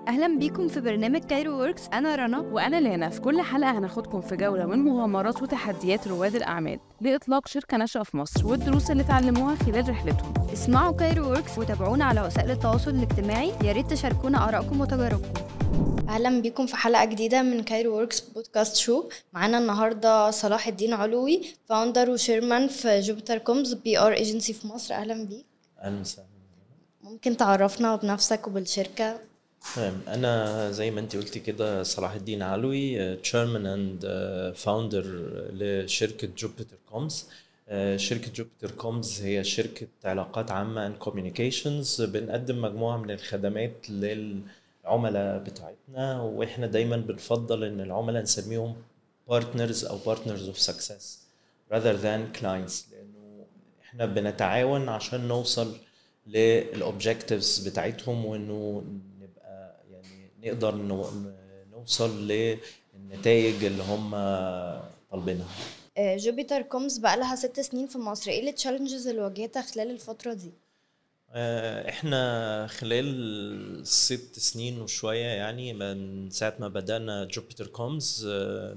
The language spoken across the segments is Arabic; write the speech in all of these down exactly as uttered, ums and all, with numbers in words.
أهلا بيكم في برنامج كايرو ووركس. أنا رنا وأنا لانا. في كل حلقة هناخدكم في جولة من مغامرات وتحديات رواد الأعمال لإطلاق شركة ناشئة في مصر والدروس اللي اتعلموها خلال رحلتهم. اسمعوا كايرو ووركس وتابعونا على وسائل التواصل الاجتماعي. يا ريت تشاركونا آرائكم وتجاربكم. اهلا بيكم في حلقه جديده من كايرو ووركس بودكاست شو. معانا النهارده صلاح الدين علوي، فاوندر وشيرمان في جوبيتر كومز بي ار ايجنسي في مصر. اهلا بيك. اهلا وسهلا. ممكن تعرفنا بنفسك وبالشركه؟ تمام، انا زي ما انت قلتي كده صلاح الدين علوي، تشيرمان اند فاوندر لشركه جوبيتر كومز. شركه جوبيتر كومز هي شركه علاقات عامه اند كوميونيكيشنز. بنقدم مجموعه من الخدمات للعملاء بتاعتنا، واحنا دايما بنفضل ان العملاء نسميهم partners او partners of success rather than clients، لانه احنا بنتعاون عشان نوصل للobjectives بتاعتهم، وانه نبقى يعني نقدر نوصل للنتائج اللي هم طالبينها. جوبيتر كومز بقى لها ست سنين في مصر، ايه التشالنجز اللي واجهتها خلال الفتره دي؟ احنا خلال ست سنين وشوية، يعني من ساعة ما بدأنا جوبيتر كومز،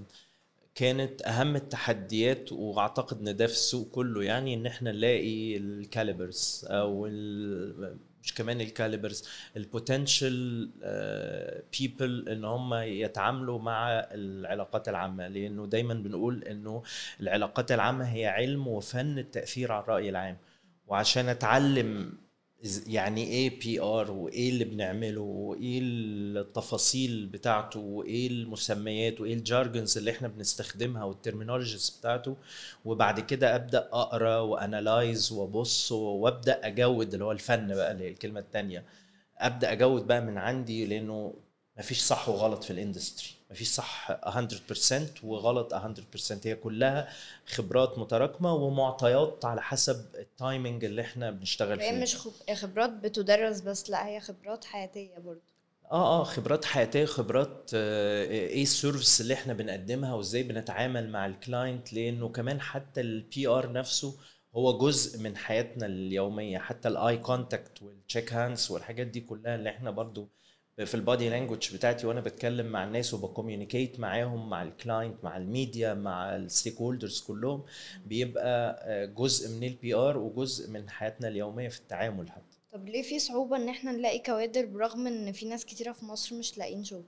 كانت اهم التحديات، واعتقد ان ده في السوق كله، يعني ان احنا نلاقي الكاليبرز او مش كمان الكاليبرز البوتنشال بيبل ان هم يتعاملوا مع العلاقات العامة، لانه دايما بنقول انه العلاقات العامة هي علم وفن التأثير على الرأي العام. وعشان اتعلم يعني ايه بي ار وايه اللي بنعمله وايه التفاصيل بتاعته وايه المسميات وايه الجارجنز اللي احنا بنستخدمها والترمينولوجيز بتاعته، وبعد كده ابدا اقرا وانالايز وابص وابدا اجود، اللي هو الفن بقى، اللي هي الكلمه الثانيه. ابدا اجود بقى من عندي، لانه مفيش صح وغلط في الاندستري، مفيش صح مية بالمية وغلط مية بالمية. هي كلها خبرات متراكمة ومعطيات على حسب التايمينج اللي احنا بنشتغل فيه. هي مش خبرات بتدرس بس، لا هي خبرات حياتية برضو. اه اه خبرات حياتية، خبرات آه ايه السيرفيس اللي احنا بنقدمها وازاي بنتعامل مع الكلاينت، لانه كمان حتى البي ار نفسه هو جزء من حياتنا اليومية. حتى الاي كونتاكت والتشيك هاندز والحاجات دي كلها اللي احنا برضو في البادي لانجوج بتاعتي وانا بتكلم مع الناس وبكوميونيكيت معاهم، مع الكلاينت، مع الميديا، مع الستيك هولدرز كلهم، بيبقى جزء من البي ار وجزء من حياتنا اليومية في التعامل حتى. طب ليه في صعوبة ان احنا نلاقي كوادر برغم ان في ناس كتيرة في مصر مش لاقين شغل؟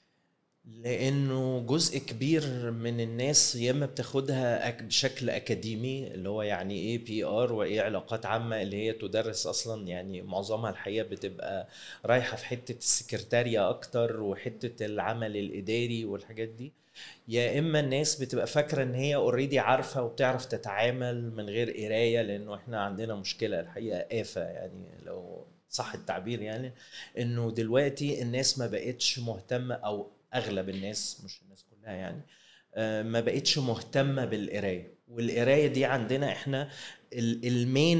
لانه جزء كبير من الناس يا اما بتاخدها بشكل اكاديمي، اللي هو يعني ايه بي ار وايه علاقات عامه، اللي هي تدرس اصلا، يعني معظمها الحقيقه بتبقى رايحه في حته السكرتاريه اكتر وحته العمل الاداري والحاجات دي. يا اما الناس بتبقى فاكره ان هي اوريدي عارفه وبتعرف تتعامل من غير قرايه، لانه احنا عندنا مشكله الحقيقه آفة، يعني لو صح التعبير، يعني انه دلوقتي الناس ما بقتش مهتمه، او اغلب الناس، مش الناس كلها يعني، ما بقتش مهتمه بالقرايه. والقرايه دي عندنا احنا المين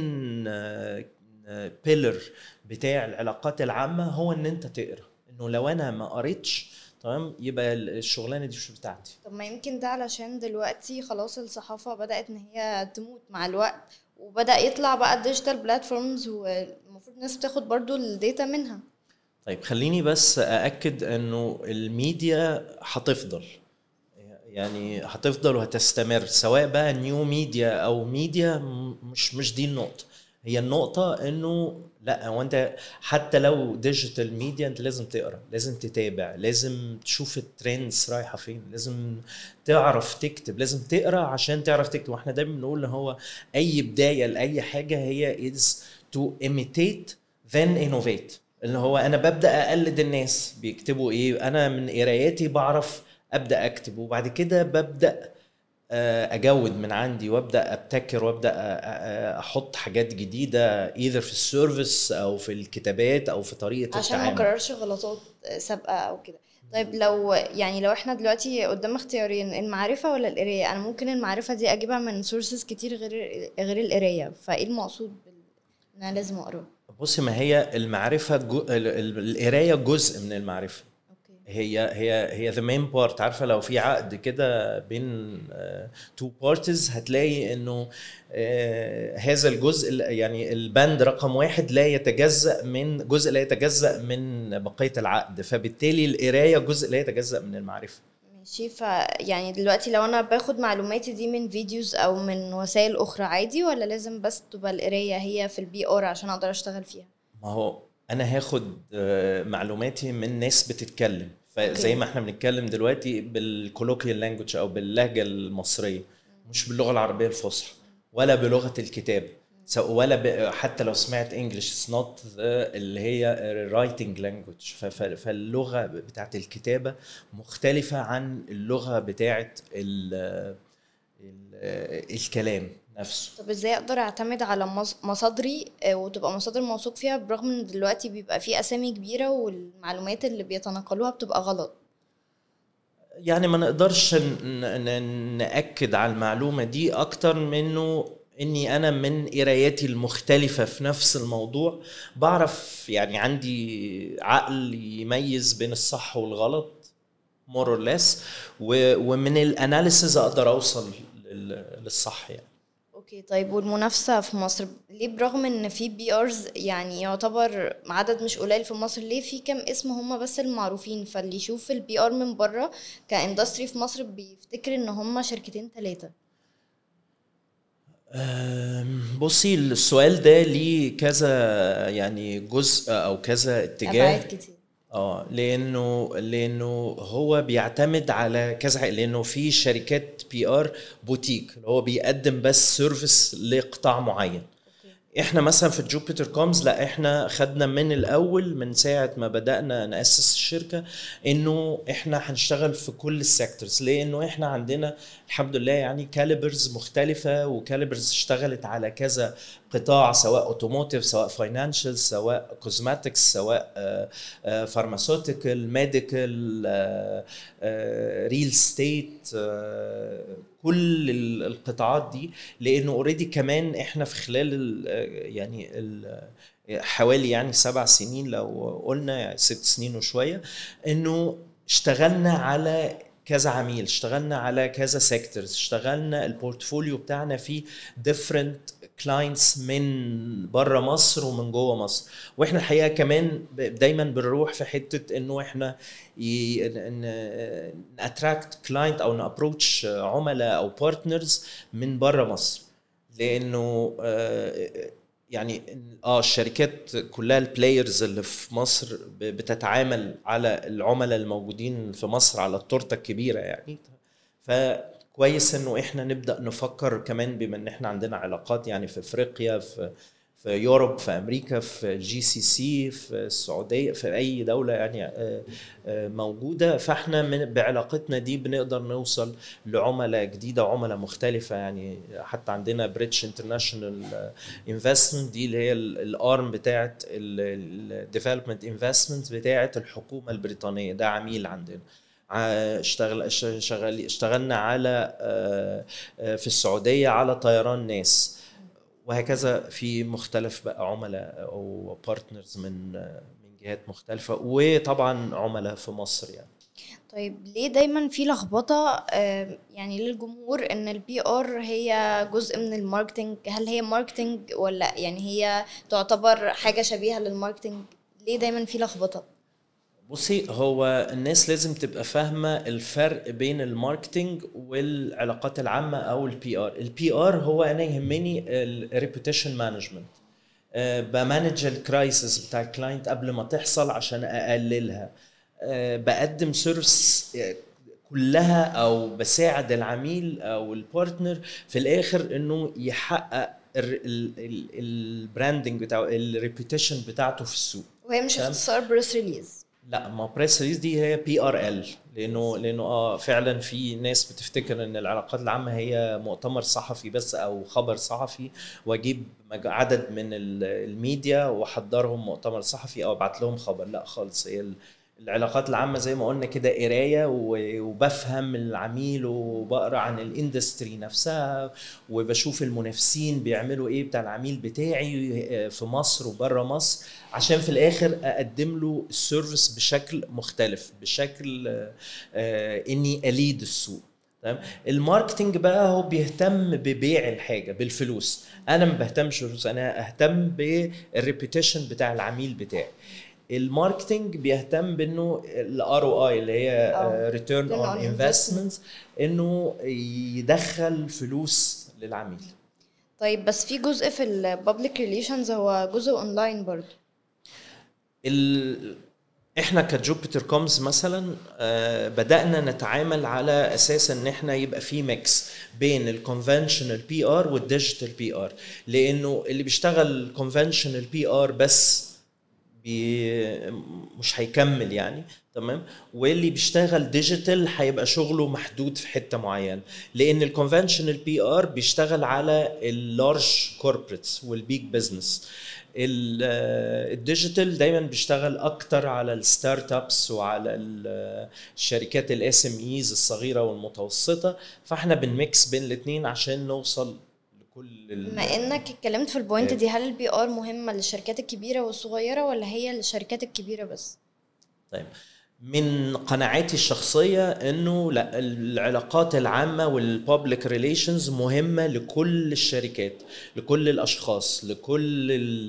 بيلر بتاع العلاقات العامه هو ان انت تقرا. انه لو انا ما قريتش تمام يبقى الشغلانه دي مش بتاعتي. طب ما يمكن ده علشان دلوقتي خلاص الصحافه بدات ان هي تموت مع الوقت، وبدا يطلع بقى الديجيتال بلاتفورمز، والمفروض الناس بتاخد برضو الداتا منها. طيب خليني بس أأكد أنه الميديا هتفضل، يعني هتفضل وهتستمر، سواء بقى نيو ميديا أو ميديا، مش مش دي النقطة. هي النقطة أنه لا، وانت حتى لو ديجيتال ميديا انت لازم تقرأ، لازم تتابع، لازم تشوف الترندز رايحة فين، لازم تعرف تكتب، لازم تقرأ عشان تعرف تكتب. واحنا دايما بنقول هو أي بداية لأي حاجة هي is to imitate then innovate. اللي هو انا ببدا اقلد الناس بيكتبوا ايه، انا من قراياتي بعرف ابدا اكتب، وبعد كده ببدا اجود من عندي وابدا ابتكر وابدا احط حاجات جديده ايذر في السيرفيس او في الكتابات او في طريقه عشان التعامل، ما كررش غلطات سابقه او كده. طيب لو يعني لو احنا دلوقتي قدام اختيارين، المعرفه ولا القرايه، انا ممكن المعرفه دي اجيبها من سورسز كتير غير غير القرايه، فايه المقصود ان انا لازم اقرا؟ بصي، ما هي المعرفه جو... القرايه جزء من المعرفه. اوكي. هي هي هي the main part. عارفه لو في عقد كده بين تو بارتيز هتلاقي انه آه، هذا الجزء ال- يعني البند رقم واحد لا يتجزأ من جزء لا يتجزأ من بقية العقد، فبالتالي القراية جزء لا يتجزأ من المعرفة. ماشي. ف يعني دلوقتي لو انا باخد معلوماتي دي من فيديوز او من وسائل اخرى عادي، ولا لازم بس تبقى القرايه هي في البي ار عشان اقدر اشتغل فيها؟ ما هو انا هاخد آه، معلوماتي من ناس بتتكلم، فزي اوكي. ما احنا بنتكلم دلوقتي بالكولوكيال لانجوج او باللهجه المصريه، مش باللغه العربيه الفصحى ولا بلغه الكتاب، سو- ولا ب- حتى لو سمعت انجلش نوت اللي هي رايتنج لانجوج. فاللغه بتاعت الكتابه مختلفه عن اللغه بتاعت ال- ال- الكلام نفسه. طب ازاي اقدر اعتمد على مص- مصادري آه، وتبقى مصادر موثوق فيها، برغم ان دلوقتي بيبقى في اسامي كبيره والمعلومات اللي بيتناقلوها بتبقى غلط؟ يعني ما نقدرش ن- ن- نأكد على المعلومة دي أكتر منه إني أنا من قراياتي المختلفة في نفس الموضوع بعرف، يعني عندي عقل يميز بين الصح والغلط more or less، و- ومن الاناليسز أقدر أوصل لل- للصح يعني. اوكي. طيب والمنافسه في مصر ليه، برغم ان في بي ارز يعني يعتبر عدد مش قليل في مصر، ليه في كام اسم هم بس المعروفين، فاللي يشوف البي ار من بره كاندستري في مصر بيفتكر ان هم شركتين ثلاثه؟ أم، بصي السؤال ده ليه كذا يعني جزء أو كذا اتجاه. ابعاد كتير. اه لانه لانه هو بيعتمد على كذا حاجه، لانه في شركات بي ار بوتيك اللي هو بيقدم بس سيرفيس لقطاع معين. اوكي. احنا مثلا في جوبيتر كومز لا، احنا خدنا من الاول من ساعه ما بدانا ناسس الشركه انه احنا هنشتغل في كل السيكتورز، لانه احنا عندنا الحمد لله يعني كاليبرز مختلفه، وكاليبرز اشتغلت على كذا قطاع، سواء اوتوموتيف، سواء فاينانشال، سواء كوزماتكس، سواء فارماسيوتيكال، ميديكال، ريل ستيت، كل ال- القطاعات دي. لانه اوريدي كمان احنا في خلال ال يعني ال حوالي يعني سبع سنين لو قلنا، يعني ست سنين وشويه، انه اشتغلنا على كذا عميل، اشتغلنا على كذا سيكتورز، اشتغلنا البورتفوليو بتاعنا فيه different كلاينتس من بره مصر ومن جوه مصر. واحنا الحقيقه كمان ب- دايما بنروح في حته انه احنا ناتراكت كلاينت او نابروتش عملاء او بارتنرز من بره مصر، لانه آه، يعني اه الشركات كلها البلايرز اللي في مصر ب- بتتعامل على العملاء الموجودين في مصر على التورته الكبيره يعني. فكويس انه احنا نبدا نفكر كمان، بما ان احنا عندنا علاقات يعني في افريقيا، في في يوروب، في امريكا، في جي سي سي، في السعوديه، في اي دوله يعني آه، آه، موجوده. فاحنا من بعلاقتنا دي بنقدر نوصل لعملاء جديده، عملاء مختلفه يعني. حتى عندنا بريتش انترناشونال انفستمنت دي اللي هي الارم بتاعه الديفلوبمنت انفستمنت بتاعه الحكومه البريطانيه، ده عميل عندنا. ع- اشتغل شغال اشتغلنا على آه، آه، في السعوديه على طيران ناس، وهكذا في مختلف بقى عملاء او بارتنرز من من جهات مختلفه، وطبعا عملاء في مصر يعني. طيب ليه دايما في لخبطة آه، يعني للجمهور ان البي ار هي جزء من الماركتينج؟ هل هي ماركتينج ولا يعني هي تعتبر حاجة شبيهة للماركتينج؟ ليه دايما في لخبطة؟ بصي هو الناس لازم تبقى فاهمة الفرق بين الماركتينج والعلاقات العامة او البي ار. البي ار هو انا يهمني الريبوتيشن مانجمنت، بمانج الكرايسيس بتاع الكلاينت قبل ما تحصل عشان اقللها، آه، بقدم سيرفيس كلها او بساعد العميل او البارتنر في الاخر انه يحقق البراندنج بتاعه، الريبيوتيشن بتاعته في السوق. وهي مش تمام؟ اختصار بريس ريليز؟ لا، ما بريس ريليز دي هي بي ار ال، لانه لانه اه فعلا في ناس بتفتكر ان العلاقات العامه هي مؤتمر صحفي بس او خبر صحفي، واجيب مج- عدد من ال- الميديا واحضرهم مؤتمر صحفي او ابعت لهم خبر. لا خالص، هي العلاقات العامة زي ما قلنا كده قراية، وبفهم العميل وبقرا عن الاندستري نفسها، وبشوف المنافسين بيعملوا ايه بتاع العميل بتاعي في مصر وبره مصر، عشان في الاخر اقدم له السيرفيس بشكل مختلف، بشكل آه اني اليد السوق. تمام. الماركتنج بقى هو بيهتم ببيع الحاجة بالفلوس، انا ما بهتمش بالفلوس، انا اهتم بالريبيتيشن بتاع العميل بتاعي. الماركتنج بيهتم بانه الار او اي اللي هي ريتيرن اون انفستمنت، انه يدخل فلوس للعميل. طيب بس في جزء في البابليك ريليشنز هو جزء اونلاين برضو. ال... احنا كجوبيتر كومز مثلا آه بدأنا نتعامل على اساس ان احنا يبقى في ميكس بين الكونفنشنال بي ار والديجيتال بي ار، لانه اللي بيشتغل كونفنشنال بي ار بس بي مش هيكمل يعني. تمام. واللي بيشتغل ديجيتال هيبقى شغله محدود في حته معينه، لان الكونفنشنال بي ار بيشتغل على اللارج كوربريتس والبيج بزنس. الديجيتال دايما بيشتغل اكتر على الستارت ابس وعلى الشركات الاس ام ايز الصغيره والمتوسطه، فاحنا بنميكس بين الاثنين عشان نوصل لكل. بما انك اتكلمت في البوينت دي، هل البي ار مهمه للشركات الكبيره والصغيره ولا هي للشركات الكبيره بس؟ طيب، من قناعاتي الشخصية انه لا، العلاقات العامة والبابليك ريليشنز مهمة لكل الشركات، لكل الاشخاص، لكل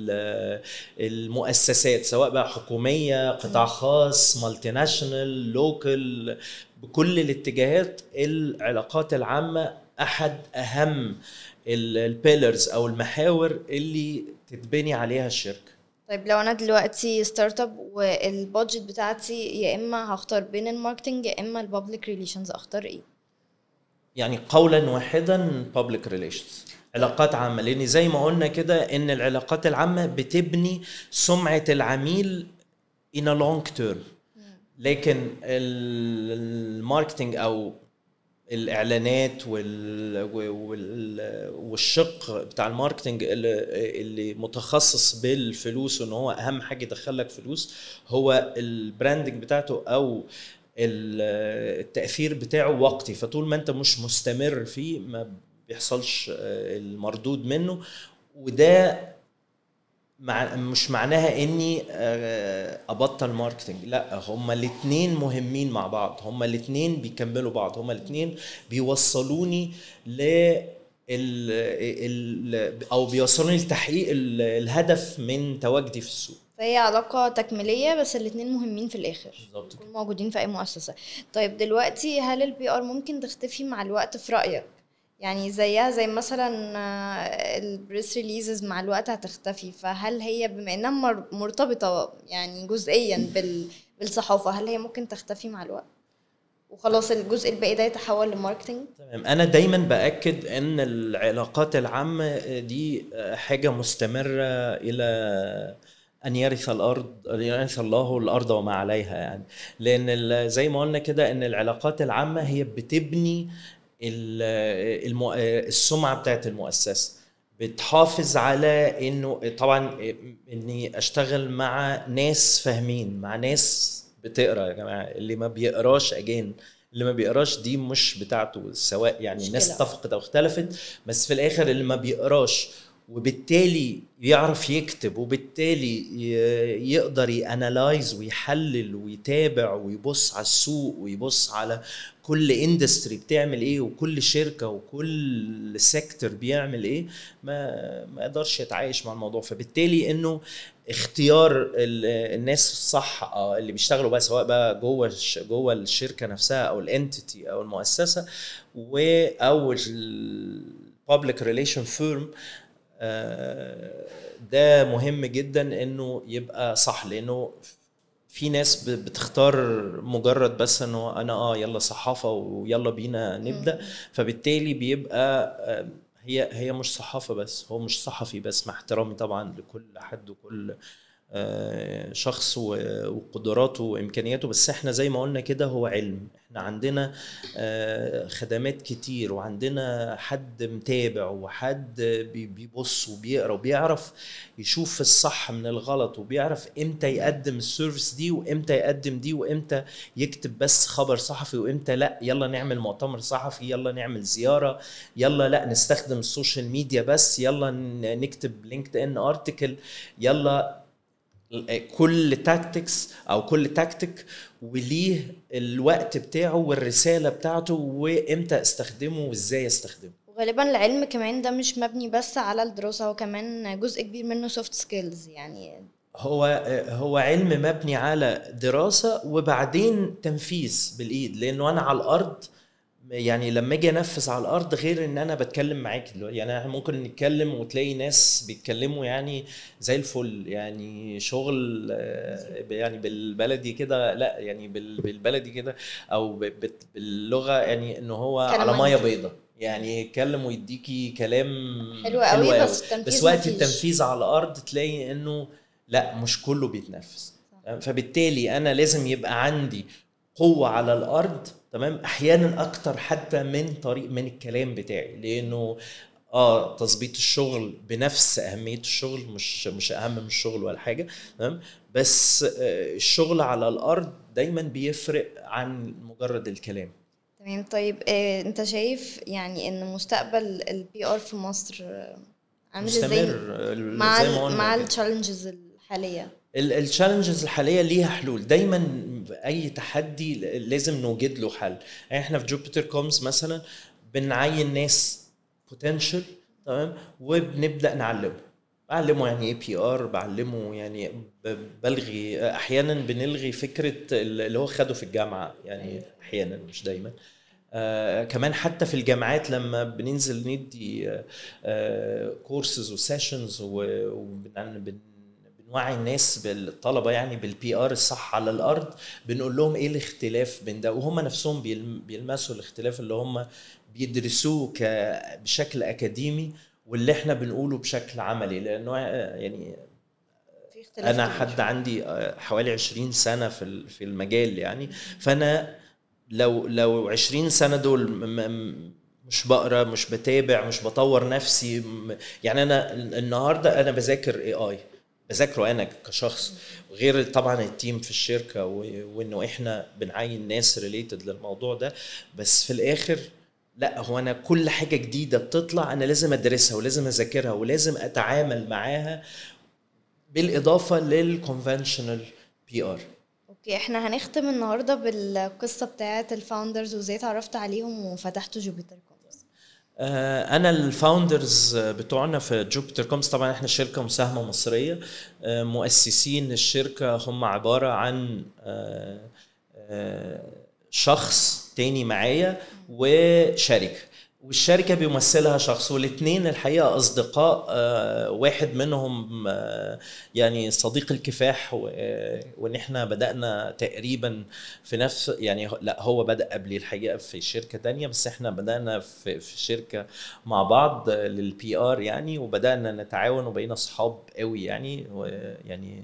المؤسسات، سواء بقى حكومية، قطاع خاص، مالتي ناشونال، لوكال، بكل الاتجاهات. العلاقات العامة احد اهم البيلرز او المحاور اللي تتبني عليها الشركة. طيب لو انا دلوقتي ستارت اب والبادجت بتاعتي يا اما هختار بين الماركتنج يا اما البابليك ريليشنز، اختار ايه؟ يعني قولا واحدا public relations، علاقات عامة، لان زي ما قلنا كده ان العلاقات العامة بتبني سمعة العميل in a long term، لكن الماركتنج او الاعلانات وال... وال... والشق بتاع الماركتنج اللي... اللي متخصص بالفلوس، وان هو اهم حاجه يدخلك فلوس، هو البراندنج بتاعته او التاثير بتاعه وقتي، فطول ما انت مش مستمر فيه ما بيحصلش المردود منه. وده مع مش معناها اني ابطل ماركتنج، لا، هما الاثنين مهمين مع بعض، هما الاثنين بيكملوا بعض، هما الاثنين بيوصلوني ل ال ال او بيوصلوني لتحقيق الهدف من تواجدي في السوق. فهي علاقة تكميلية بس الاثنين مهمين في الاخر، بالظبط كده، موجودين في اي مؤسسة. طيب دلوقتي هل البي ار ممكن تختفي مع الوقت في رأيك؟ يعني زيها زي مثلا البريس ريليزز مع الوقت هتختفي، فهل هي بما انها مرتبطة يعني جزئيا بالصحافة، هل هي ممكن تختفي مع الوقت وخلاص الجزء الباقي ده يتحول لماركتنج؟ تمام. انا دايما باكد ان العلاقات العامة دي حاجة مستمرة الى ان يرث الارض، يرث الله الارض وما عليها يعني. لان زي ما قلنا كده ان العلاقات العامة هي بتبني المو... السمعة بتاعت المؤسسة، بتحافظ على انه طبعا اني اشتغل مع ناس فاهمين، مع ناس بتقرا. يا جماعة اللي ما بيقراش اجين، اللي ما بيقراش دي مش بتاعته، سواء يعني الناس اتفقت او اختلفت، بس في الاخر اللي ما بيقراش وبالتالي يعرف يكتب وبالتالي يقدر يانالايز ويحلل ويتابع ويبص على السوق ويبص على كل اندستري بتعمل ايه وكل شركة وكل سيكتور بيعمل ايه، ما ما يقدرش يتعايش مع الموضوع. فبالتالي انه اختيار الناس الصح اللي بيشتغلوا بقى، سواء بقى جوه جوه الشركة نفسها او الانتيتي او المؤسسة و او البابليك ريليشن فيرم، ده مهم جدا انه يبقى صح. لانه في ناس بتختار مجرد بس انه انا اه يلا صحافة ويلا بينا نبدأ، فبالتالي بيبقى هي هي مش صحافة بس، هو مش صحفي بس، مع احترامي طبعا لكل حد وكل آه، شخص و- وقدراته وامكانياته، بس احنا زي ما قلنا كده هو علم. احنا عندنا آه، خدمات كتير، وعندنا حد متابع، وحد بي- بيبص وبيقرا وبيعرف يشوف الصح من الغلط، وبيعرف امتى يقدم السيرفيس دي وامتى يقدم دي، وامتى يكتب بس خبر صحفي، وامتى لا يلا نعمل مؤتمر صحفي، يلا نعمل زيارة، يلا لا نستخدم السوشيال ميديا بس، يلا ن- نكتب لينكد ان ارتكل، يلا. كل تاكتكس او كل تاكتيك وليه الوقت بتاعه والرسالة بتاعته، وامتى استخدمه وازاي استخدمه. وغالبا العلم كمان ده مش مبني بس على الدراسة، هو كمان جزء كبير منه soft skills يعني. هو هو علم مبني على دراسة وبعدين تنفيذ بالإيد، لأنه أنا على الأرض يعني لما اجي انفذ على الارض غير ان انا بتكلم معاك دلوقتي. يعني احنا ممكن نتكلم وتلاقي ناس بيتكلموا يعني زي الفل، يعني شغل آه، يعني بالبلدي كده، لا يعني بال- بالبلدي كده او ب- بت- باللغه، يعني ان هو على كلام ميه منطقي. بيضاء، يعني يتكلم ويديكي كلام حلو حلو قوي، قوي. بس بس التنفيذ وقت مفيش. التنفيذ على الارض تلاقي انه لا، مش كله بيتنفذ. فبالتالي انا لازم يبقى عندي قوة على الأرض، تمام، أحيانا أكتر حتى من طريق من الكلام بتاعي، لأنه اه تظبيط الشغل بنفس أهمية الشغل، مش مش أهم من الشغل ولا حاجة، تمام، بس آه الشغل على الأرض دايما بيفرق عن مجرد الكلام. تمام. طيب آه، انت شايف يعني ان مستقبل البي ار في مصر آه، عامل ازاي مستمر آه، مع زي ما ال قلنا مع كده. التشالنجز الحالية؟ التشالنجز الحاليه ليها حلول دايما. اي تحدي لازم نوجد له حل. يعني احنا في جوبيتر كومز مثلا بنعين ناس بوتنشال، تمام، وبنبدا نعلمه. بعلمه يعني ايه بي ار، بعلمه يعني ب- بلغي احيانا بنلغي فكره اللي هو خده في الجامعه، يعني احيانا مش دايما. آه كمان حتى في الجامعات لما بننزل ندي كورسز وسيشنز وبنوعي الناس بالطلبه يعني بالبي ار الصح على الارض، بنقول لهم ايه الاختلاف بين ده، وهم نفسهم بيلم- بيلمسوا الاختلاف اللي هم بيدرسوه ك- بشكل اكاديمي، واللي احنا بنقوله بشكل عملي. لانه آه، يعني في اختلاف انا كبير. حد عندي آه، حوالي عشرين سنة في ال- في المجال يعني. فانا لو لو عشرين سنة دول م- م- مش بقرا، مش بتابع، مش بطور نفسي، م- يعني انا النهارده انا بذاكر اي اي، بذاكره انا كشخص، غير طبعا التيم في الشركة و- وانه احنا بنعين ناس ريليتد للموضوع ده. بس في الاخر لا، هو انا كل حاجة جديدة بتطلع انا لازم ادرسها ولازم اذاكرها ولازم اتعامل معاها، بالاضافه للكونفنشنال بي ار. اوكي، احنا هنختم النهارده بالقصة بتاعة الفاوندرز وازاي اتعرفت عليهم وفتحتوا جوبيتر كومز. انا الفاوندرز بتوعنا في جوبيتر كومز، طبعا احنا شركه مساهمه مصريه. آه، مؤسسين الشركه هم عباره عن آه، آه، شخص تاني معايا وشركه، والشركه بيمثلها شخص، والاثنين الحقيقه اصدقاء. آه، واحد منهم آه، يعني صديق الكفاح، و- آه، وان احنا بدانا تقريبا في نفس، يعني لا هو بدا قبلي الحقيقه في شركه تانية، بس احنا بدانا في في شركه مع بعض للبي ار يعني، وبدانا نتعاون وبقينا اصحاب قوي يعني، ويعني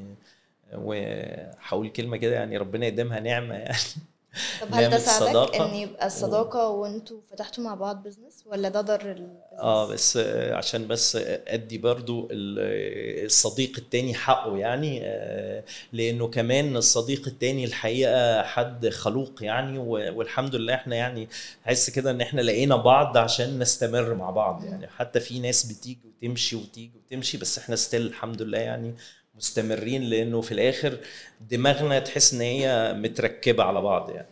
وهقول كلمه كده يعني ربنا يديمها نعمه يعني. طب هل نعمه ده ساعدك ان الصداقه يبقى و... الصداقة وانتوا فتحتوا مع بعض بزنس، ولا ده ضر اه البزنس؟ بس آه، عشان بس ادي برضو ال- الصديق التاني حقه يعني، آه، لانه كمان الصديق التاني الحقيقة حد خلوق يعني، و- والحمد لله احنا يعني حس كده ان احنا لقينا بعض عشان نستمر مع بعض يعني. حتى في ناس بتيجي وتمشي وتيجي وتمشي، بس احنا ستيل الحمد لله يعني مستمرين، لانه في الاخر دماغنا تحس ان هي متركبة على بعض يعني.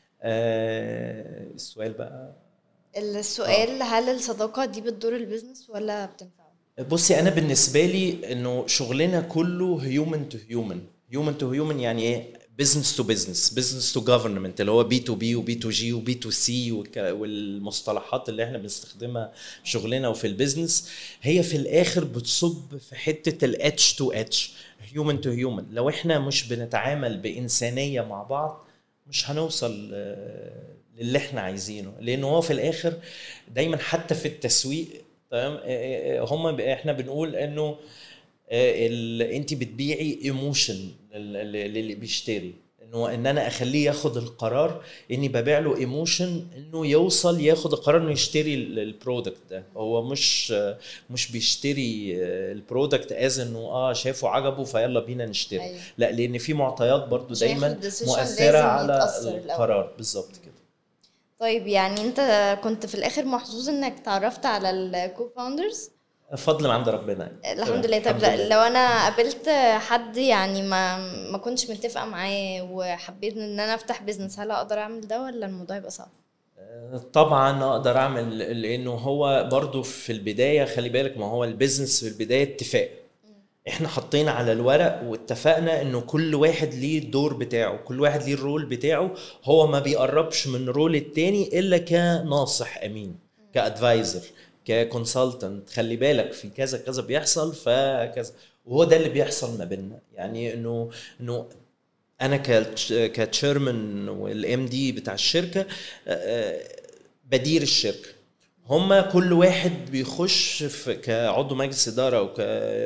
آه، السؤال بقى. اه السؤال، هل الصداقة دي بتضر البيزنس ولا بتنفعه؟ بصي، انا بالنسبه لي انه شغلنا كله هيومن تو هيومن. هيومن تو هيومن يعني ايه؟ بزنس تو بزنس، بزنس تو جوفرمنت، اللي هو بي تو بي وبي تو جي وبي تو سي والمصطلحات اللي احنا بنستخدمها في شغلنا وفي البيزنس، هي في الاخر بتصب في حته الاتش تو اتش، هيومن تو هيومن. لو احنا مش بنتعامل بانسانيه مع بعض مش هنوصل آه، للي احنا عايزينه، لانه هو في الاخر دايما حتى في التسويق، تمام، هم احنا بنقول انه انت بتبيعي ايموشن للي بيشتري، انه ان انا اخليه ياخد القرار، اني ببيع له ايموشن انه يوصل ياخد القرار انه يشتري البرودكت ده. هو مش مش بيشتري البرودكت از انه اه شافه عجبه فيلا بينا نشتري. أيوة. لا، لان في معطيات برضو دايما مؤثره على القرار. بالظبط كده. طيب يعني انت كنت في الاخر محظوظ انك تعرفت على الكو فاوندرز؟ فضل من عند ربنا يعني. الحمد لله. طب لو انا قابلت حد يعني ما ما كنتش متفقه معاه وحبيت ان انا افتح بيزنس، هل اقدر اعمل ده ولا الموضوع يبقى صعب؟ طبعا اقدر اعمل، لانه هو برضو في البدايه خلي بالك، ما هو البيزنس في البدايه اتفاق. احنا حطينا على الورق واتفقنا انه كل واحد ليه الدور بتاعه، كل واحد ليه الرول بتاعه. هو ما بيقربش من رول التاني الا كناصح امين، كادفايزر، ككونسلتنت. خلي بالك في كذا كذا بيحصل فكذا، وهو ده اللي بيحصل ما بيننا. يعني انه انه انا كتشيرمان والام دي بتاع الشركه بدير الشركه، هما كل واحد بيخش في كعضو مجلس اداره وك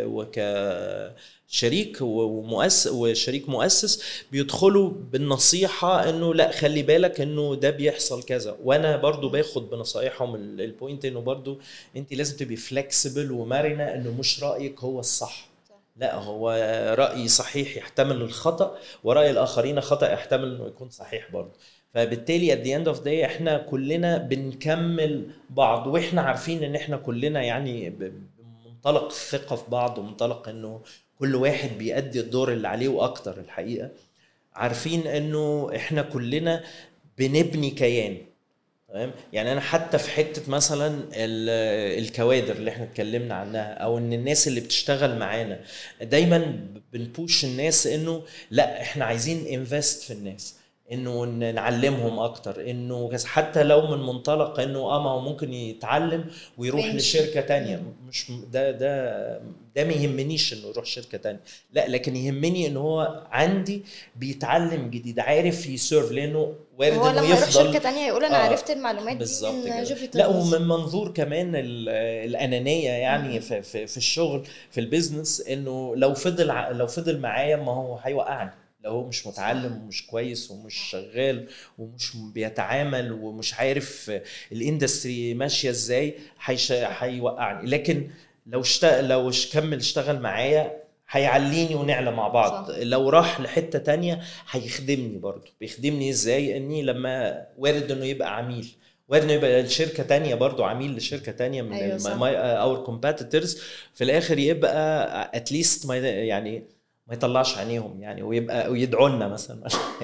وكشريك ومؤسس وشريك مؤسس، بيدخلوا بالنصيحه انه لا خلي بالك انه ده بيحصل كذا، وانا برضو باخد بنصايحهم. البوينت انه برضو انت لازم تبقي فلكسبل ومرنه، انه مش رايك هو الصح، لا هو راي صحيح يحتمل الخطا، وراي الاخرين خطا يحتمل انه يكون صحيح برضو. فبالتالي at the end of day احنا كلنا بنكمل بعض، واحنا عارفين ان احنا كلنا يعني بمنطلق الثقة في بعض، ومنطلق انه كل واحد بيأدي الدور اللي عليه واكتر. الحقيقة عارفين انه احنا كلنا بنبني كيان. تمام؟ يعني انا حتى في حتة مثلا الكوادر اللي احنا اتكلمنا عنها، او ان الناس اللي بتشتغل معانا، دايما بنبوش الناس انه لا احنا عايزين انفست في الناس، انه نعلمهم اكتر، انه حتى لو من منطلق انه اه ما هو ممكن يتعلم ويروح لشركه تانية. مش ده ده ده ما يهمنيش انه يروح شركه تانية، لا، لكن يهمني انه هو عندي بيتعلم جديد، عارف يسيرف، لانه وارد انه يفضل يروح شركه تانية يقول انا آه عرفت المعلومات دي من جوبيتر. لا، ومن منظور كمان الانانيه يعني في, في في الشغل في البيزنس، انه لو فضل لو فضل معايا ما هو هيوقعني. لو هو مش متعلم ومش كويس ومش شغال ومش بيتعامل ومش عارف الاندستري ماشيه ازاي، هيوقعني. لكن لو اشتغل لو كمل اشتغل معايا هيعليني ونعلى مع بعض. صح. لو راح لحته تانية هيخدمني برضو. بيخدمني ازاي؟ اني لما وارد انه يبقى عميل، وارد انه يبقى الشركه تانية برضو عميل لشركه تانية من اور كومبيتيتورز، في الاخر يبقى اتليست يعني ما يطلعش عينيهم يعني، ويبقى ويدعوا لنا مثلا.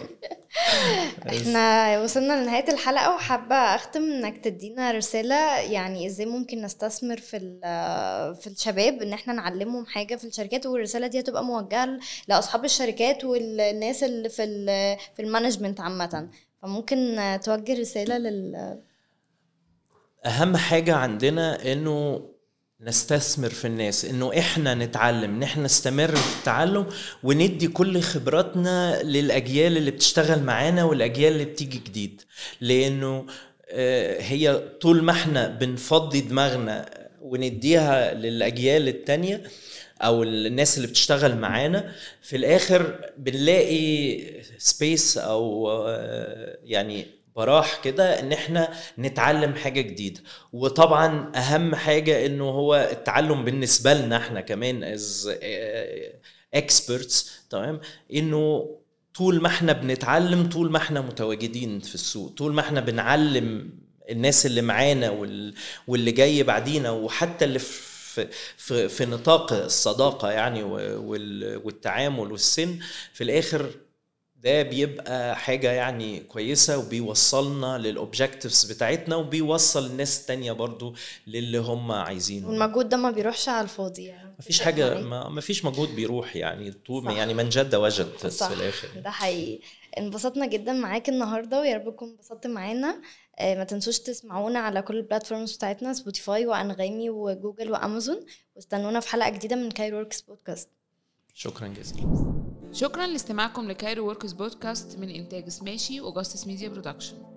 احنا وصلنا لنهايه الحلقه، وحابه اختم انك تدينا رساله يعني ازاي ممكن نستثمر في في الشباب، ان احنا نعلمهم حاجه في الشركات، والرساله دي هتبقى موجهه لاصحاب الشركات والناس اللي في في المانجمنت عامه. فممكن توجه رساله لل اهم حاجه عندنا انه نستثمر في الناس، انه احنا نتعلم، ان احنا نستمر في التعلم، وندي كل خبراتنا للاجيال اللي بتشتغل معانا والاجيال اللي بتيجي جديد. لانه هي طول ما احنا بنفضي دماغنا ونديها للاجيال التانية او الناس اللي بتشتغل معانا، في الاخر بنلاقي سبيس او يعني براح كده ان احنا نتعلم حاجة جديدة. وطبعا اهم حاجة انه هو التعلم بالنسبة لنا احنا كمان as experts، تمام، انه طول ما احنا بنتعلم، طول ما احنا متواجدين في السوق، طول ما احنا بنعلم الناس اللي معانا واللي جاي بعدينا، وحتى اللي في في في نطاق الصداقة يعني والتعامل والسن، في الاخر ده بيبقى حاجة يعني كويسة، وبيوصلنا للأوبجكتيفز بتاعتنا، وبيوصل الناس التانية برضو للي هم عايزينه. والمجهود ده ما بيروحش على الفاضي يعني، مفيش حاجة، ما فيش مجهود بيروح يعني، طول يعني من جد وجد في الآخر. ده حقيقي. انبسطنا جدا معاك النهاردة، ويا رب تكون انبسطت معانا. ما تنسوش تسمعونا على كل البلاتفورمز بتاعتنا، سبوتيفاي وأنغامي وجوجل وأمازون، واستنونا في حلقة جديدة من كايرو وركس بودكاست. شكرا جزيلا. شكرا لاستماعكم لكايرو وركس بودكاست من إنتاج سماشي وجاستس ميديا برودكشن.